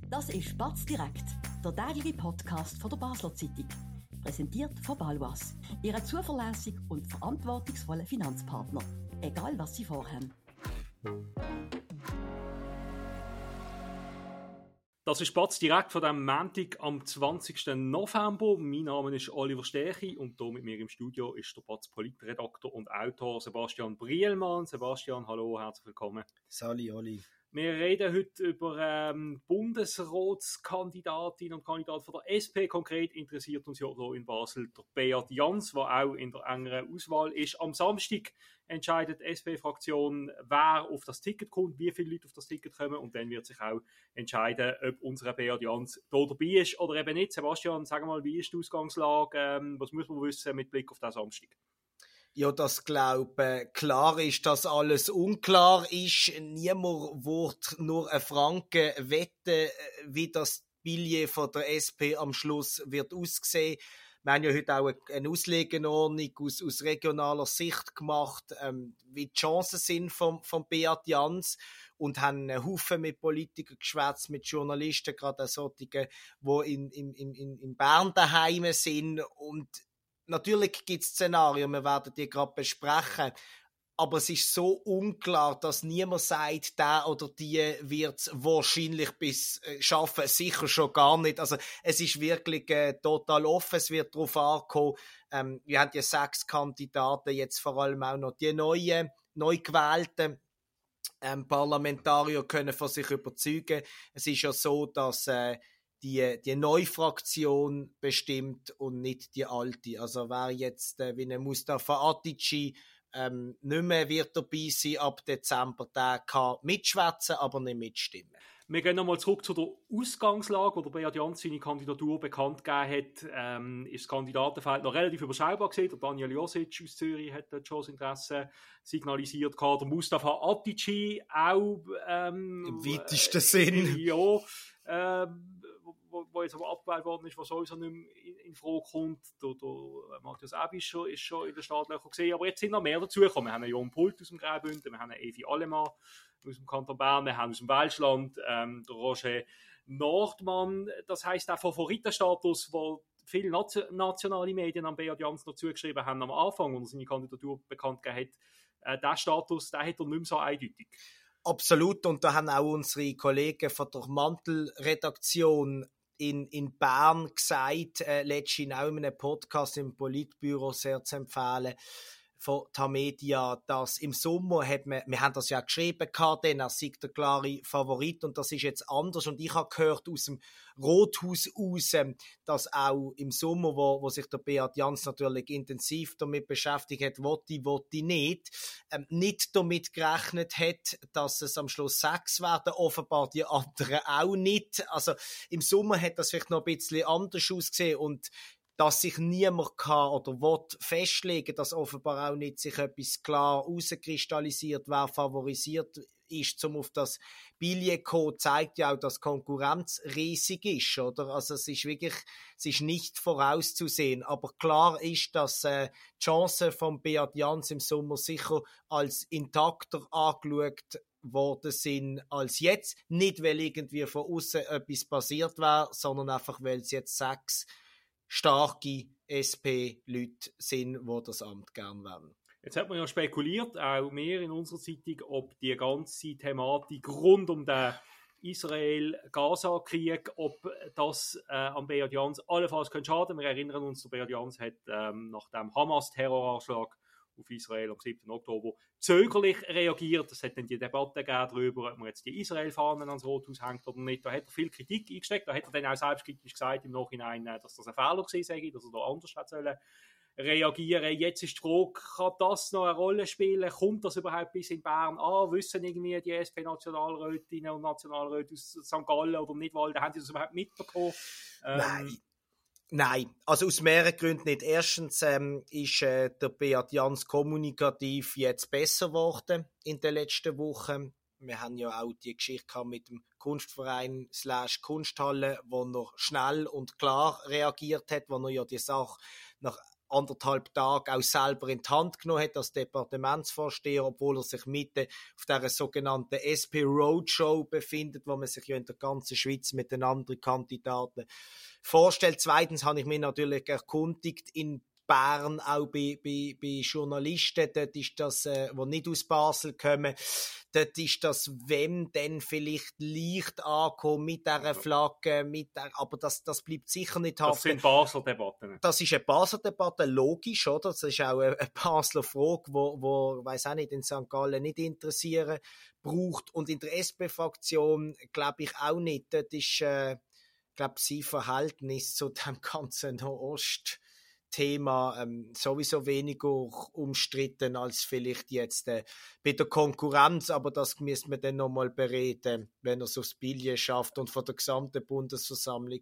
Das ist Batz direkt, der tägliche Podcast von der Basler Zeitung. Präsentiert von Baloise, Ihrem zuverlässigen und verantwortungsvollen Finanzpartner. Egal, was Sie vorhaben. Das ist Batz direkt von diesem Montag am 20. November. Mein Name ist Oliver Stechi und hier mit mir im Studio ist der Batz Politredaktor und Autor Sebastian Brielmann. Sebastian, hallo, herzlich willkommen. Sali, Oli. Wir reden heute über Bundesratskandidatinnen und Kandidaten von der SP. Konkret interessiert uns ja hier in Basel der Beat Jans, der auch in der engeren Auswahl ist. Am Samstag entscheidet die SP-Fraktion, wer auf das Ticket kommt, wie viele Leute auf das Ticket kommen, und dann wird sich auch entscheiden, ob unsere Beat Jans hier dabei ist oder eben nicht. Sebastian, sag mal, wie ist die Ausgangslage? Was muss man wissen mit Blick auf den Samstag? Ja, das glaube klar ist, dass alles unklar ist. Niemand wird nur einen Franken wetten, wie das Billett von der SP am Schluss wird aussehen. Wir haben ja heute auch eine Auslegeordnung aus regionaler Sicht gemacht, wie die Chancen sind von Beat Jans, und haben einen Haufen mit Politikern geschwätzt, mit Journalisten, gerade solche, die in Bern daheim sind. Und natürlich gibt es Szenarien, wir werden die gerade besprechen, aber es ist so unklar, dass niemand sagt, der oder die wird es wahrscheinlich bis schaffen, sicher schon gar nicht. Also es ist wirklich total offen, es wird darauf ankommen. Wir haben die 6 Kandidaten, jetzt vor allem auch noch die neu gewählten Parlamentarier können von sich überzeugen. Es ist ja so, dass die neue Fraktion bestimmt und nicht die alte. Also wer jetzt wie eine Mustafa Atici nicht mehr wird dabei sein ab Dezember, der kann mitschwätzen, aber nicht mitstimmen. Wir gehen nochmal zurück zu der Ausgangslage, wo der Beat Jans seine Kandidatur bekannt gegeben hat. Ist das Kandidatenfeld noch relativ überschaubar gewesen. Der Daniel Josic aus Zürich hat dort schon das Interesse signalisiert. Der Mustafa Atici auch im weitesten Sinn. Ja, wo jetzt aber abgewählt worden ist, was sowieso nicht mehr in Frage kommt. Der Matthias Aebi ist schon in den Startlöchern gesehen. Aber jetzt sind noch mehr dazugekommen. Wir haben einen Jon Pult aus dem Graubünden, wir haben einen Evi Allemann aus dem Kanton Bern, wir haben aus dem Welschland der Roger Nordmann. Das heisst, der Favoritenstatus, wo viele nationale Medien an Beat Jans noch zugeschrieben haben am Anfang, als er seine Kandidatur bekannt gegeben hat, der Status, der hat er nicht mehr so eindeutig. Absolut, und da haben auch unsere Kollegen von der Mantel-Redaktion in Bern gesagt, letztens auch in einem Podcast im Politbüro sehr zu empfehlen, von Tamedia, dass im Sommer wir haben das ja geschrieben, er sei der klare Favorit, und das ist jetzt anders. Und ich habe gehört aus dem Rothaus aus, dass auch im Sommer, wo sich der Beat Jans natürlich intensiv damit beschäftigt hat, wollte nicht damit gerechnet hat, dass es am Schluss 6 werden, offenbar die anderen auch nicht. Also im Sommer hat das vielleicht noch ein bisschen anders ausgesehen, und dass sich niemand kann oder will festlegen, dass offenbar auch nicht sich etwas klar herauskristallisiert, wer favorisiert ist, um auf das Billett zu kommen, zeigt ja auch, dass Konkurrenz riesig ist, oder? Also es ist nicht vorauszusehen, aber klar ist, dass die Chancen von Beat Jans im Sommer sicher als intakter angeschaut worden sind als jetzt, nicht weil irgendwie von außen etwas passiert wäre, sondern einfach, weil es jetzt 6 starke SP-Leute sind, die das Amt gerne wollen. Jetzt hat man ja spekuliert, auch wir in unserer Zeitung, ob die ganze Thematik rund um den Israel-Gaza-Krieg, ob das am Beat Jans allenfalls schaden könnte. Wir erinnern uns, der Beat Jans hat nach dem Hamas-Terroranschlag auf Israel am 7. Oktober zögerlich reagiert. Es hat dann die Debatte gegeben darüber, ob man jetzt die Israel-Fahnen ans Rothaus hängt oder nicht. Da hat er viel Kritik eingesteckt. Da hat er dann auch selbstkritisch gesagt im Nachhinein, dass das ein Fehler gewesen sei, dass er da anders hätte reagieren. Jetzt ist die Frage, kann das noch eine Rolle spielen? Kommt das überhaupt bis in Bern an? Wissen irgendwie die SP-Nationalrätinnen und Nationalräte aus St. Gallen oder Nidwalden, haben die das überhaupt mitbekommen? Nein, also aus mehreren Gründen nicht. Erstens ist der Beat Jans kommunikativ jetzt besser geworden in den letzten Wochen. Wir haben ja auch die Geschichte mit dem Kunstverein / Kunsthalle, wo er schnell und klar reagiert hat, wo er ja die Sache nach anderthalb Tage auch selber in die Hand genommen hat als Departementsvorsteher, obwohl er sich mitten auf dieser sogenannten SP Roadshow befindet, wo man sich ja in der ganzen Schweiz mit den anderen Kandidaten vorstellt. Zweitens habe ich mich natürlich erkundigt in Bern, auch bei Journalisten, dort ist das, die nicht aus Basel kommen, dort ist das, wenn denn vielleicht leicht ankommen mit dieser Flagge, aber das bleibt sicher nicht haften. Das sind Basler Debatten. Das ist eine Basler Debatte, logisch, oder? Das ist auch eine Basler Frage, wo weiss auch nicht, in St. Gallen nicht interessieren braucht. Und in der SP-Fraktion glaube ich auch nicht. Dort ist, glaube ich, sein Verhältnis zu dem ganzen Thema sowieso weniger umstritten als vielleicht jetzt bei der Konkurrenz, aber das müssen wir dann nochmal bereden, wenn er so das Billett schafft und von der gesamten Bundesversammlung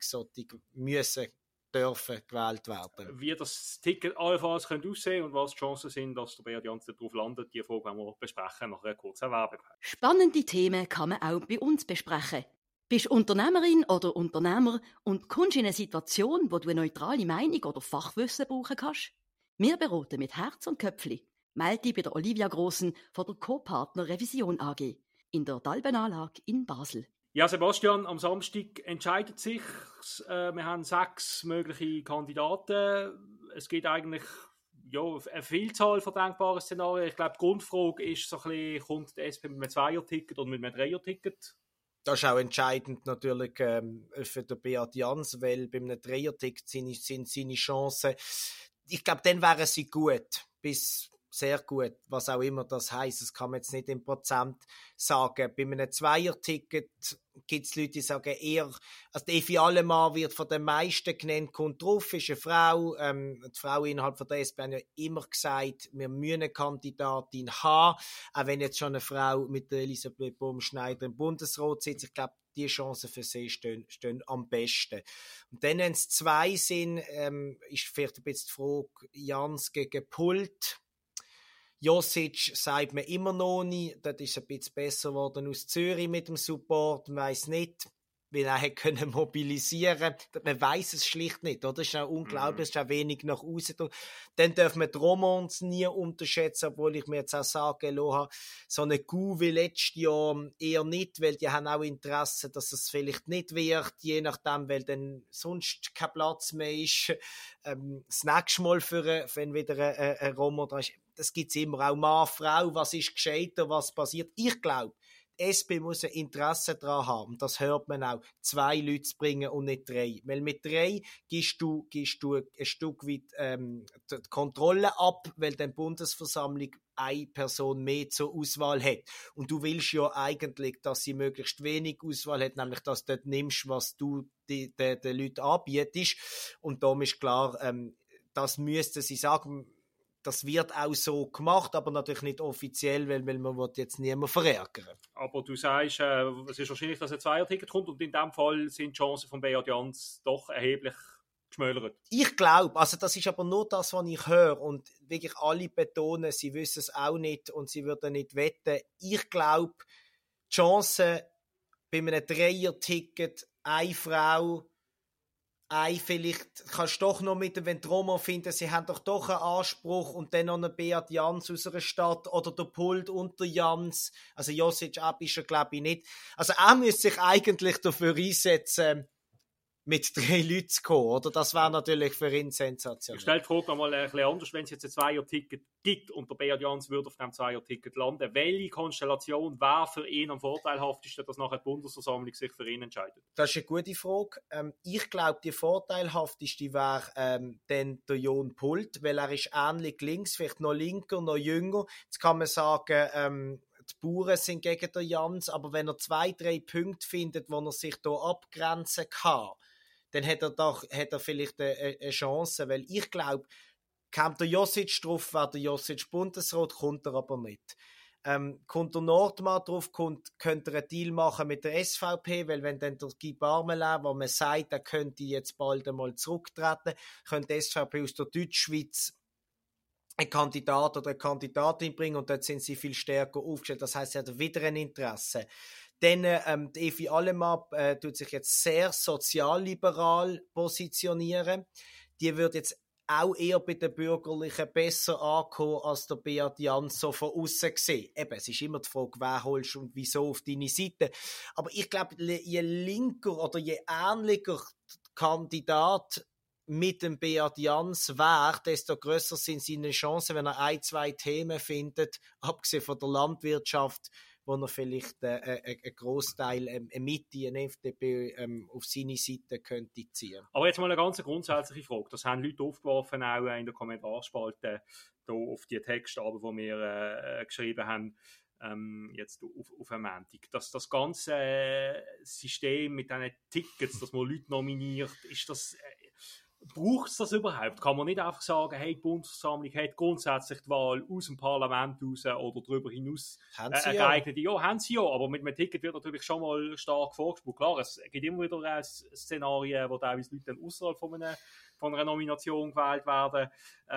dürfen gewählt werden. Wie das Ticket allenfalls könnte aussehen und was die Chancen sind, dass der Beat Jans darauf landet, die Frage werden wir besprechen nach einer kurzen Werbepause. Spannende Themen kann man auch bei uns besprechen. Bist Unternehmerin oder Unternehmer und kommst in eine Situation, wo du eine neutrale Meinung oder Fachwissen brauchen kannst? Wir beraten mit Herz und Köpfli. Melde dich bei der Olivia Grossen von der Co-Partner Revision AG in der Dalbenanlage in Basel. Ja, Sebastian, am Samstag entscheidet sich. Wir haben 6 mögliche Kandidaten. Es gibt eigentlich eine Vielzahl von denkbaren Szenarien. Ich glaube, die Grundfrage ist so ein bisschen, kommt die SP mit einem Zweier-Ticket oder mit einem Dreier-Ticket? Das ist auch entscheidend natürlich für den Beat Jans, weil bei einem Dreier-Ticket sind seine Chancen, ich glaube, dann wären sie gut, bis sehr gut, was auch immer das heisst. Das kann man jetzt nicht in Prozent sagen. Bei einem Zweier-Ticket gibt es Leute, die sagen eher, also die Evi Allemann wird von den meisten genannt, kommt drauf, ist eine Frau. Die Frau innerhalb von der SP haben ja immer gesagt, wir müssen eine Kandidatin haben, auch wenn jetzt schon eine Frau mit der Elisabeth Baumschneider im Bundesrat sitzt. Ich glaube, die Chancen für sie stehen am besten. Und dann, wenn es 2 sind, ist vielleicht ein bisschen die Frage, Jans gegen Pult. Josic sagt man immer noch nicht, das ist ein bisschen besser geworden aus Zürich mit dem Support, man weiss nicht, wie er hätte mobilisieren können. Man weiss es schlicht nicht, oder? Das ist auch unglaublich, es ist auch wenig nach außen. Dann dürfen wir die Romans nie unterschätzen, obwohl ich mir jetzt auch sagen lasse, so eine Coup wie letztes Jahr eher nicht, weil die haben auch Interesse, dass es vielleicht nicht wird, je nachdem, weil dann sonst kein Platz mehr ist. Das nächste Mal wenn wieder ein Roman da ist, das gibt es immer, auch Mann, Frau, was ist gescheiter, was passiert. Ich glaube, die SP muss ein Interesse daran haben, das hört man auch, 2 Leute zu bringen und nicht 3. Weil mit 3 gibst du ein Stück weit die Kontrolle ab, weil dann die Bundesversammlung eine Person mehr zur Auswahl hat. Und du willst ja eigentlich, dass sie möglichst wenig Auswahl hat, nämlich dass du dort nimmst, was du den Leuten anbietest. Und darum ist klar, das müssten sie sagen. Das wird auch so gemacht, aber natürlich nicht offiziell, weil man will jetzt niemanden verärgern. Aber du sagst, es ist wahrscheinlich, dass ein Zweier-Ticket kommt und in dem Fall sind die Chancen von Beat Jans doch erheblich geschmälert. Ich glaube, also das ist aber nur das, was ich höre und wirklich alle betonen, sie wissen es auch nicht und sie würden nicht wetten. Ich glaube, die Chancen bei einem Dreier-Ticket, eine Frau, vielleicht kannst du doch noch mit dem, wenn die Roman finden, sie haben doch einen Anspruch und dann noch einen Beat Jans aus einer Stadt oder der Pult und der Jans, also Josic ab ist er glaube ich nicht. Also er müsste sich eigentlich dafür einsetzen, mit 3 Leuten zu kommen, oder? Das wäre natürlich für ihn sensationell. Ich stelle die Frage einmal ein bisschen anders, wenn es jetzt ein Zweier-Ticket gibt und der Beat Jans würde auf dem Zweier-Ticket landen, welche Konstellation wäre für ihn am vorteilhaftesten, dass nachher die Bundesversammlung sich für ihn entscheidet? Das ist eine gute Frage. Ich glaube, die vorteilhafteste wäre dann der Jon Pult, weil er ist ähnlich links, vielleicht noch linker, noch jünger. Jetzt kann man sagen, die Bauern sind gegen den Jans, aber wenn er 2, 3 Punkte findet, wo er sich hier abgrenzen kann, dann hat er vielleicht eine Chance, weil ich glaube, kommt der Josic drauf, wäre der Josic Bundesrat, kommt er aber nicht. Kommt der Nordmann drauf, könnte er einen Deal machen mit der SVP, weil wenn dann der Guy Parmelin, wo man sagt, er könnte jetzt bald einmal zurücktreten, könnte die SVP aus der Deutschschweiz einen Kandidat oder eine Kandidatin bringen und dort sind sie viel stärker aufgestellt. Das heisst, sie hat wieder ein Interesse. Dann die Evi Allemann tut sich jetzt sehr sozialliberal positionieren. Die wird jetzt auch eher bei den Bürgerlichen besser angekommen, als der Beat Jans so von außen gesehen. Eben, es ist immer die Frage, wer holst du und wieso auf deine Seite. Aber ich glaube, je linker oder je ähnlicher Kandidat mit dem Beat Jans wäre, desto grösser sind seine Chancen, wenn er 1-2 Themen findet, abgesehen von der Landwirtschaft, wo er vielleicht einen Großteil eine Mitte, eine FDP auf seine Seite könnte ziehen. Aber jetzt mal eine ganz grundsätzliche Frage. Das haben Leute aufgeworfen, auch in der Kommentarspalte, da auf die Texte, die wir geschrieben haben, jetzt auf am Montag. Das ganze System mit diesen Tickets, dass man Leute nominiert, ist das... Braucht es das überhaupt? Kann man nicht einfach sagen, hey, die Bundesversammlung hat grundsätzlich die Wahl aus dem Parlament raus oder darüber hinaus geeignete? Ja, haben sie ja, aber mit einem Ticket wird natürlich schon mal stark vorgespult. Klar, es gibt immer wieder Szenarien, wo teilweise Leute dann außerhalb von einer Nomination gewählt werden.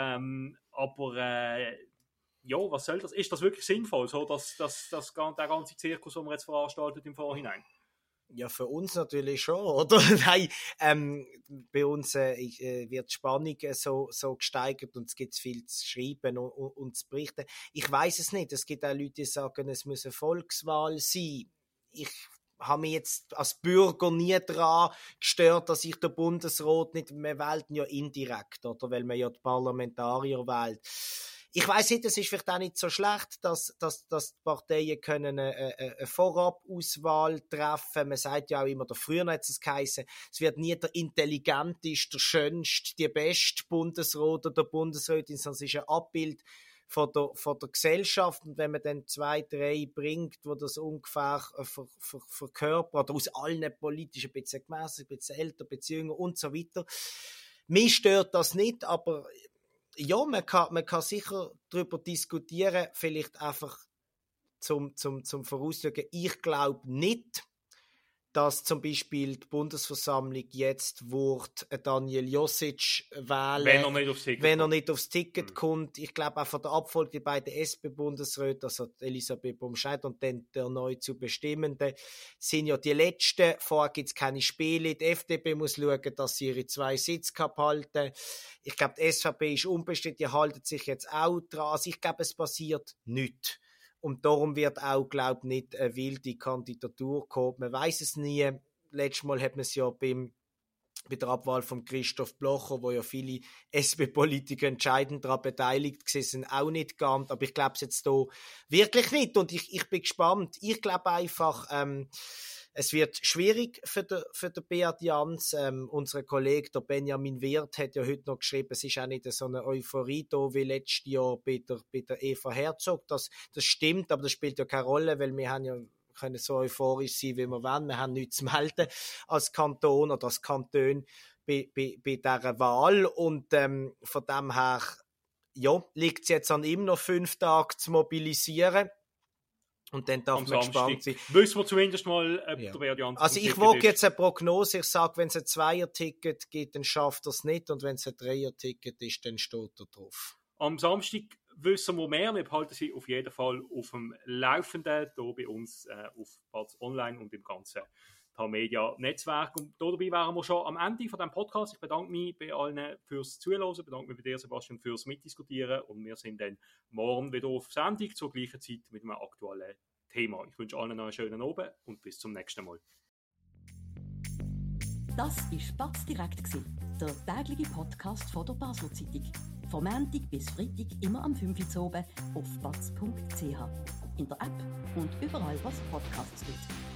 Ja, was soll das? Ist das wirklich sinnvoll, so dass der ganze Zirkus, den man jetzt veranstaltet im Vorhinein? Ja, für uns natürlich schon, oder? Nein, bei uns wird die Spannung so gesteigert und es gibt viel zu schreiben und zu berichten. Ich weiß es nicht. Es gibt auch Leute, die sagen, es muss eine Volkswahl sein. Ich habe mich jetzt als Bürger nie daran gestört, dass ich den Bundesrat nicht, wir wählen ja indirekt, oder? Weil man ja die Parlamentarier wählt. Ich weiss nicht, es ist vielleicht auch nicht so schlecht, dass die Parteien können eine Vorabauswahl treffen. Man sagt ja auch immer, früher hat es geheißen, es wird nie der intelligenteste, der schönste, die beste Bundesrat oder Bundesrätin, sondern es ist ein Abbild von der Gesellschaft. Und wenn man dann 2, 3 bringt, wo das ungefähr verkörpert, oder aus allen politischen, ein bisschen gemessen, ein bisschen älter, Beziehungen und so weiter. Mich stört das nicht, aber ja, man kann sicher darüber diskutieren, vielleicht einfach zum Vorausschauen. Ich glaube nicht, dass zum Beispiel die Bundesversammlung jetzt Daniel Josic wählen, wenn er nicht aufs Ticket kommt. Ich glaube auch von der Abfolge die beiden SP-Bundesräte, also Elisabeth Baumscheidt und dann der neu zu Bestimmenden, sind ja die letzten. Vorher gibt es keine Spiele. Die FDP muss schauen, dass sie ihre 2 Sitze halten. Ich glaube, die SVP ist unbestritten, die halten sich jetzt auch dran. Also ich glaube, es passiert nichts. Und darum wird auch, glaube ich, nicht eine wilde Kandidatur kommen. Man weiß es nie. Letztes Mal hat man es ja bei der Abwahl von Christoph Blocher, wo ja viele SP-Politiker entscheidend daran beteiligt sind, auch nicht geahnt. Aber ich glaube es jetzt hier wirklich nicht. Und ich bin gespannt. Ich glaube einfach, es wird schwierig für den Beat Jans. Unser Kollege, der Benjamin Wirth, hat ja heute noch geschrieben, es ist auch nicht so eine Euphorie da wie letztes Jahr bei der Eva Herzog. Das stimmt, aber das spielt ja keine Rolle, weil wir haben ja können so euphorisch sein, wie wir wollen. Wir haben nichts zu melden als Kanton oder als Kanton bei dieser Wahl. Und von dem her ja, liegt es jetzt an ihm, noch 5 Tage zu mobilisieren. Und dann darf man gespannt sein. Wissen wir zumindest mal, ob der Beat Jans also ich wage jetzt eine Prognose. Ich sage, wenn es ein 2er-Ticket gibt, dann schafft er es nicht. Und wenn es ein 3er-Ticket ist, dann steht er drauf. Am Samstag wissen wir mehr. Wir behalten Sie auf jeden Fall auf dem Laufenden, hier bei uns auf Batz Online und im ganzen Tamedia-Netzwerk. Und dabei wären wir schon am Ende von diesem Podcast. Ich bedanke mich bei allen fürs Zuhören, bedanke mich bei dir, Sebastian, fürs Mitdiskutieren. Und wir sind dann morgen wieder auf Sendung zur gleichen Zeit mit einem aktuellen Thema. Ich wünsche allen noch einen schönen Abend und bis zum nächsten Mal. Das war Batz direkt, der tägliche Podcast von der Basler Zeitung. Von Montag bis Freitag immer am 5 Uhr oben auf batz.ch. In der App und überall, was Podcasts gibt.